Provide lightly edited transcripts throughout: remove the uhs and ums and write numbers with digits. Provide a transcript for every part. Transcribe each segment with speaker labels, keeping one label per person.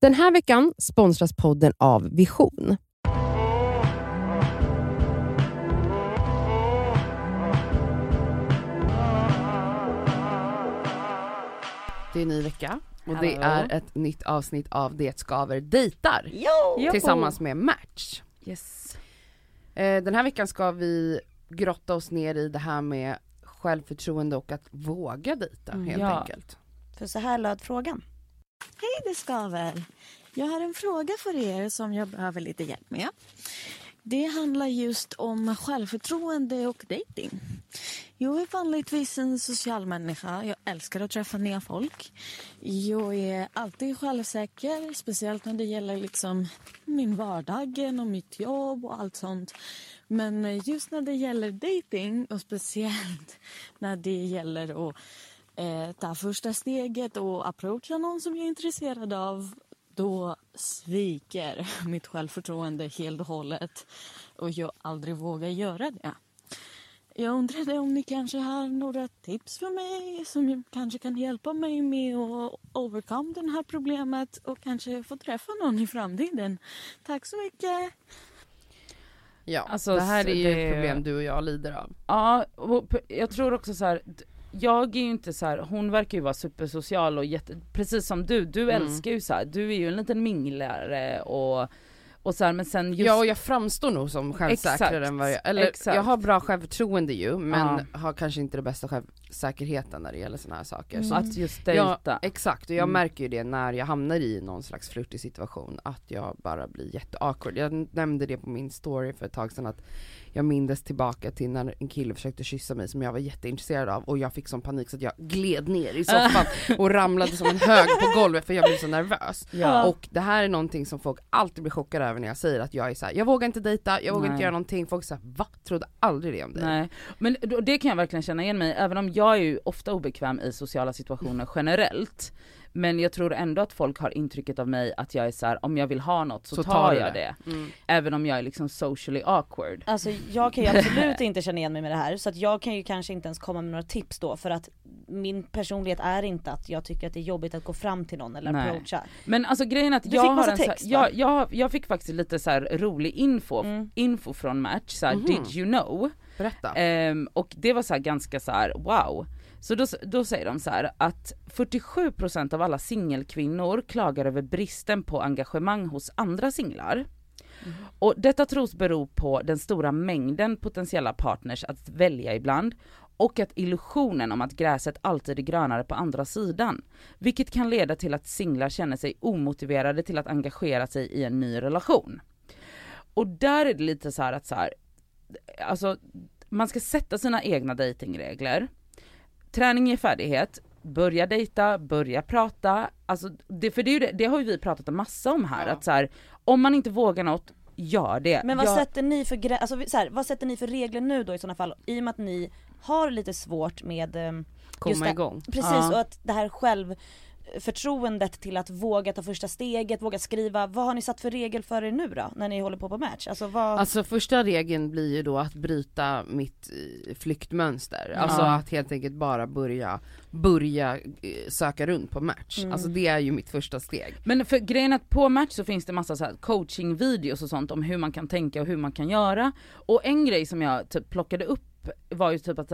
Speaker 1: Den här veckan sponsras podden av Vision. Det är en ny vecka och det är ett nytt avsnitt av Det skaver dejtar. Tillsammans med Match.
Speaker 2: Yes.
Speaker 1: Den här veckan ska vi grotta oss ner i det här med självförtroende och att våga dejta helt enkelt.
Speaker 3: För så här löd frågan.
Speaker 4: Hej, det skaver. Jag har en fråga för er som jag behöver lite hjälp med. Det handlar just om självförtroende och dating. Jag är vanligtvis en social människa. Jag älskar att träffa nya folk. Jag är alltid självsäker, speciellt när det gäller liksom min vardag och mitt jobb och allt sånt. Men just när det gäller dating och speciellt när det gäller att ta första steget och approacha någon som jag är intresserad av, då sviker mitt självförtroende helt och hållet och jag aldrig vågar göra det. Jag undrade om ni kanske har några tips för mig som kanske kan hjälpa mig med att overcome det här problemet och kanske få träffa någon i framtiden. Tack så mycket!
Speaker 1: Ja, alltså, det här är ju ett problem du och jag lider av.
Speaker 2: Ja, jag tror också så här, jag är ju inte så här, hon verkar ju vara supersocial och precis som du älskar ju så här, du är ju en liten minglare och så här, men sen just...
Speaker 1: Ja, och jag framstår nog som självsäkrare än vad jag har bra självförtroende ju, men har kanske inte det bästa självsäkerheten när det gäller såna här saker. Så
Speaker 2: att just dejta.
Speaker 1: Exakt, och jag märker ju det när jag hamnar i någon slags flirtig situation, att jag bara blir jätteawkward. Jag nämnde det på min story för ett tag sedan, att jag mindes tillbaka till när en kille försökte kyssa mig som jag var jätteintresserad av, och jag fick sån panik så att jag gled ner i soffan och ramlade som en hög på golvet för jag blev så nervös. Och det här är någonting som folk alltid blir chockade över när jag säger att jag är så här: jag vågar inte dejta, jag vågar inte göra någonting. Folk säger, va? Trodde aldrig det om dig.
Speaker 2: Nej, men det kan jag verkligen känna igen mig, även om jag är ju ofta obekväm i sociala situationer generellt. Men jag tror ändå att folk har intrycket av mig att jag är så här: om jag vill ha något så tar jag det. Även om jag är liksom socially awkward.
Speaker 3: Alltså jag kan ju absolut inte känna igen mig med det här, så att jag kan ju kanske inte ens komma med några tips då, för att min personlighet är inte att jag tycker att det är jobbigt att gå fram till någon eller approacha.
Speaker 2: Men alltså grejen är att jag har en text, jag fick faktiskt lite så här rolig info från Match så här, did you know?
Speaker 1: Berätta.
Speaker 2: Och det var så här ganska så här wow. Så då säger de så här att 47% av alla singelkvinnor klagar över bristen på engagemang hos andra singlar. Och detta tros bero på den stora mängden potentiella partners att välja ibland, och att illusionen om att gräset alltid är grönare på andra sidan, vilket kan leda till att singlar känner sig omotiverade till att engagera sig i en ny relation. Och där är det lite så här att så här, alltså man ska sätta sina egna datingregler. Träning är färdighet, börja dejta, börja prata. Alltså det har ju vi pratat en massa om här, att så här, om man inte vågar något, gör det.
Speaker 3: Men vad sätter ni för så här, vad sätter ni för regler nu då i sådana fall, i och med att ni har lite svårt med
Speaker 1: komma igång.
Speaker 3: Precis, och att det här självförtroendet till att våga ta första steget, våga skriva. Vad har ni satt för regel för er nu då, när ni håller på Match? Alltså
Speaker 1: första regeln blir ju då att bryta mitt flyktmönster. Alltså att helt enkelt bara börja söka runt på Match. Alltså det är ju mitt första steg.
Speaker 2: Men för grejen att på Match så finns det massa så här coachingvideos och sånt om hur man kan tänka och hur man kan göra. Och en grej som jag typ plockade upp var ju typ att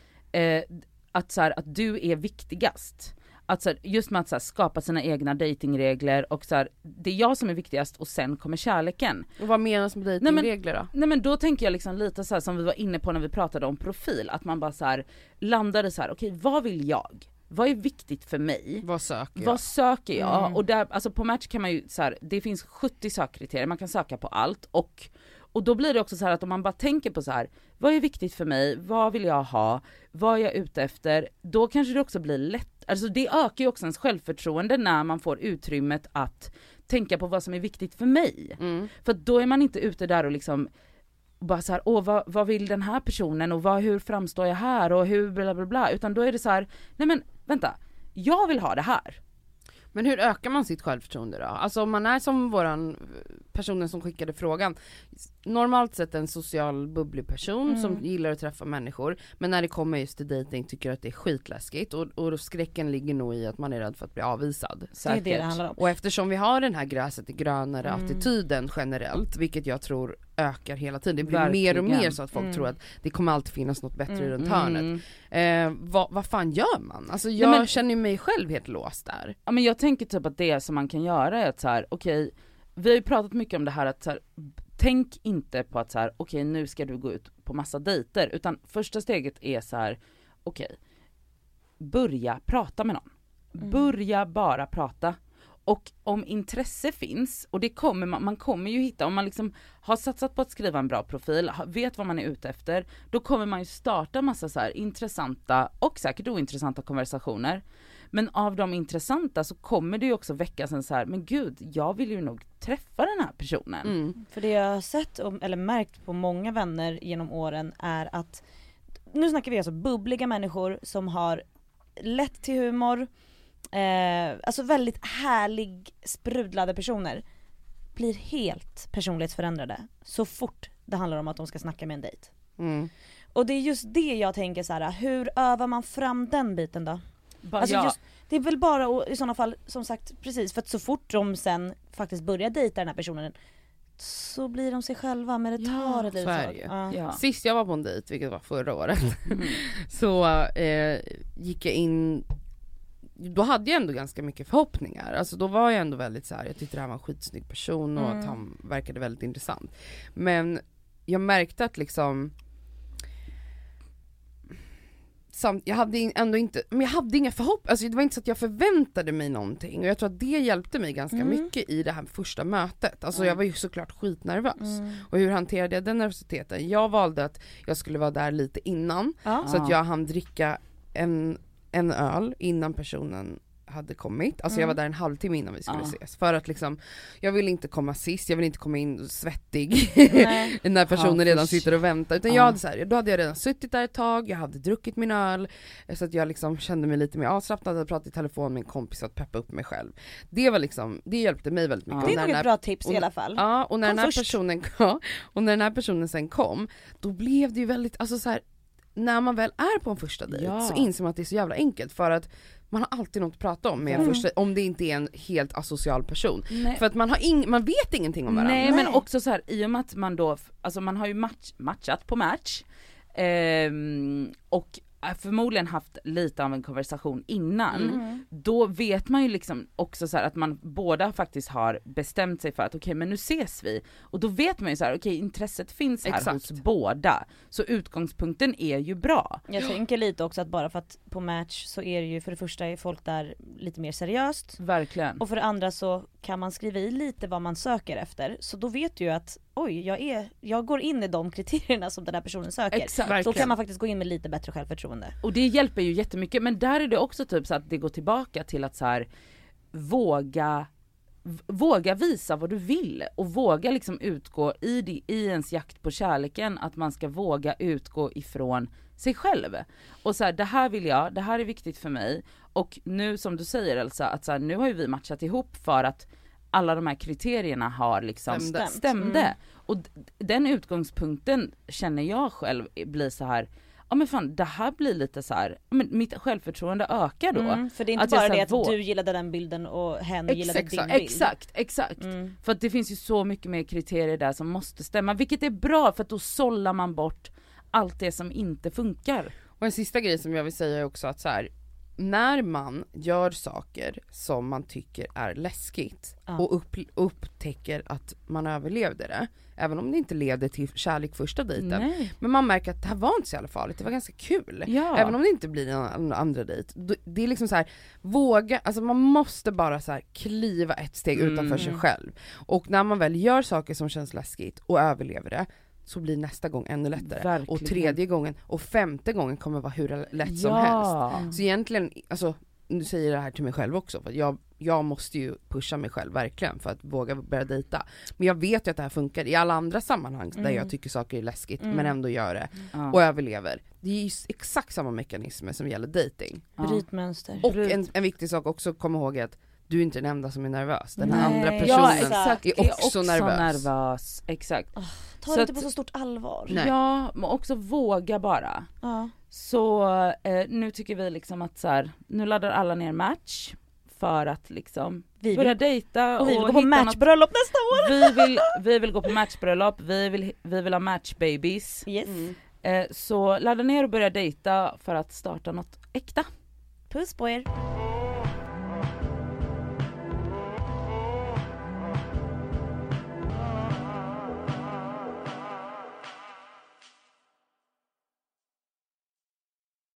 Speaker 2: att du är viktigast. Att så här, just med att så här, skapa sina egna datingregler, och så här, det är jag som är viktigast och sen kommer kärleken.
Speaker 1: Och vad menas med datingregler då?
Speaker 2: Nej men då tänker jag liksom lite så här, som vi var inne på när vi pratade om profil, att man bara så här landade så här: okej, vad vill jag? Vad är viktigt för mig?
Speaker 1: Vad söker jag?
Speaker 2: Och där, alltså på Match kan man ju så här, det finns 70 sökkriterier, man kan söka på allt, och då blir det också så här att om man bara tänker på så här: vad är viktigt för mig? Vad vill jag ha? Vad är jag ute efter? Då kanske det också blir lätt. Alltså det ökar ju också ens självförtroende när man får utrymmet att tänka på vad som är viktigt för mig. För då är man inte ute där och liksom bara så här: vad vill den här personen, och hur framstår jag här, och hur bla bla bla, utan då är det så här: nej men vänta, jag vill ha det här.
Speaker 1: Men hur ökar man sitt självförtroende då? Alltså om man är som personen som skickade frågan, normalt sett en social bubblig person som gillar att träffa människor, men när det kommer just till dating tycker att det är skitläskigt och skräcken ligger nog i att man är rädd för att bli avvisad.
Speaker 3: Det är det handlar om.
Speaker 1: Och eftersom vi har den här gräset är grönare attityden generellt, vilket jag tror ökar hela tiden, det blir mer och mer så att folk tror att det kommer alltid finnas något bättre runt hörnet. Vad fan gör man? Alltså jag känner mig själv helt låst där.
Speaker 2: Ja, men jag tänker typ att det som man kan göra är att så här, okej, vi har ju pratat mycket om det här att så här, tänk inte på att så här, okej, nu ska du gå ut på massa dejter, utan första steget är så här, okej, börja prata med någon. Börja bara prata. Och om intresse finns, och det kommer man kommer ju hitta, om man liksom har satsat på att skriva en bra profil, vet vad man är ute efter, då kommer man ju starta massa så här intressanta och säkert ointressanta konversationer. Men av de intressanta så kommer det ju också väckas en så här, men gud, jag vill ju nog träffa den här personen.
Speaker 3: För det jag har sett eller märkt på många vänner genom åren är att, nu snackar vi alltså bubbliga människor som har lätt till humor, alltså väldigt härlig, sprudlade personer blir helt personlighetsförändrade så fort det handlar om att de ska snacka med en dejt. Och det är just det jag tänker så här, hur övar man fram den biten då? Alltså just, det är väl bara i sådana fall, som sagt, precis, för att så fort de sen faktiskt börjar dejta den här personen så blir de sig själva, men det tar ett litet tag.
Speaker 1: Sist jag var på en dejt, vilket var förra året, så gick jag in. Då hade jag ändå ganska mycket förhoppningar. Alltså då var jag ändå väldigt så här, jag tyckte det här var en skitsnygg person och att han verkade väldigt intressant. Men jag märkte att liksom jag hade ändå inte, men jag hade inga förhoppningar, alltså det var inte så att jag förväntade mig någonting, och jag tror att det hjälpte mig ganska mycket i det här första mötet. Alltså jag var ju såklart skitnervös, och hur hanterade jag den nervositeten? Jag valde att jag skulle vara där lite innan, så att jag hann dricka en öl innan personen hade kommit. Alltså jag var där en halvtimme innan vi skulle ses. För att liksom, jag vill inte komma sist, jag vill inte komma in svettig när personen redan sitter och väntar. Utan jag hade så här, då hade jag redan suttit där ett tag, jag hade druckit min öl, så att jag liksom kände mig lite mer avslappnad, hade pratat i telefon med en kompis att peppa upp mig själv. Det var liksom, det hjälpte mig väldigt mycket.
Speaker 3: Det är nog ett bra tips i alla fall.
Speaker 1: Ja, och när den här personen sen kom, då blev det ju väldigt, alltså så här, när man väl är på en första dejt så inser man att det är så jävla enkelt, för att man har alltid något att prata om med en första, om det inte är en helt asocial person. För att man vet ingenting om varandra.
Speaker 2: Nej, men också så här, i och med att man då, alltså man har ju matchat på Match, och förmodligen haft lite av en konversation innan, då vet man ju liksom också så här att man båda faktiskt har bestämt sig för att okej, men nu ses vi, och då vet man ju så här, okej, intresset finns här hos båda, så utgångspunkten är ju bra.
Speaker 3: Jag tänker lite också att bara för att på Match så är det ju, för det första är folk där lite mer seriöst,
Speaker 2: verkligen, och
Speaker 3: för det andra så kan man skriva i lite vad man söker efter, så då vet du ju att oj, jag går in i de kriterierna som den här personen söker.
Speaker 2: Exakt.
Speaker 3: Då kan man faktiskt gå in med lite bättre självförtroende.
Speaker 2: Och det hjälper ju jättemycket, men där är det också typ så att det går tillbaka till att så här, våga visa vad du vill, och våga liksom utgå i ens jakt på kärleken, att man ska våga utgå ifrån sig själv. Och så här, det här vill jag, det här är viktigt för mig, och nu som du säger Elsa, att så här, nu har ju vi matchat ihop för att alla de här kriterierna har liksom stämde. Och den utgångspunkten känner jag själv blir så här, ja men fan, det här blir lite så här, men mitt självförtroende ökar då.
Speaker 3: För det är inte bara det att du gillade den bilden och hen gillade din bild.
Speaker 2: Exakt. För att det finns ju så mycket mer kriterier där som måste stämma, vilket är bra, för att då sållar man bort allt det som inte funkar.
Speaker 1: Och en sista grej som jag vill säga är också att så här, när man gör saker som man tycker är läskigt och upptäcker att man överlevde det, även om det inte leder till kärlek första dejten, men man märker att det här var inte så jävla farligt, det var ganska kul, även om det inte blir en andra dejt. Det är liksom så här, våga, alltså man måste bara så här kliva ett steg utanför sig själv, och när man väl gör saker som känns läskigt och överlever det, så blir nästa gång ännu lättare. Verkligen. Och tredje gången och femte gången kommer vara hur lätt som helst. Så egentligen, alltså, nu säger jag det här till mig själv också, för jag måste ju pusha mig själv verkligen för att våga börja dejta. Men jag vet ju att det här funkar i alla andra sammanhang där jag tycker saker är läskigt men ändå gör det och överlever. Det är ju exakt samma mekanismer som gäller dating.
Speaker 3: Brytmönster.
Speaker 1: Och en viktig sak också, kom ihåg att du är inte den enda som är nervös. Den
Speaker 3: Nej.
Speaker 1: andra
Speaker 2: Ja,
Speaker 1: personen
Speaker 2: exakt.
Speaker 1: är också nervös.
Speaker 2: Exakt.
Speaker 3: Ta
Speaker 2: Så
Speaker 3: det inte
Speaker 2: att-
Speaker 3: på så stort allvar.
Speaker 1: Nej.
Speaker 2: Ja, men också våga bara.
Speaker 3: Ja.
Speaker 2: Så nu tycker vi liksom att så här, nu laddar alla ner Match för att liksom
Speaker 3: Vi
Speaker 2: börja
Speaker 3: vill,
Speaker 2: dejta
Speaker 3: och vi vill gå
Speaker 2: hitta
Speaker 3: på
Speaker 2: något-
Speaker 3: matchbröllop nästa år.
Speaker 2: vi vill gå på matchbröllop, vi vill ha matchbabies.
Speaker 3: Yes.
Speaker 2: Så ladda ner och börja dejta för att starta något äkta.
Speaker 3: Puss på er.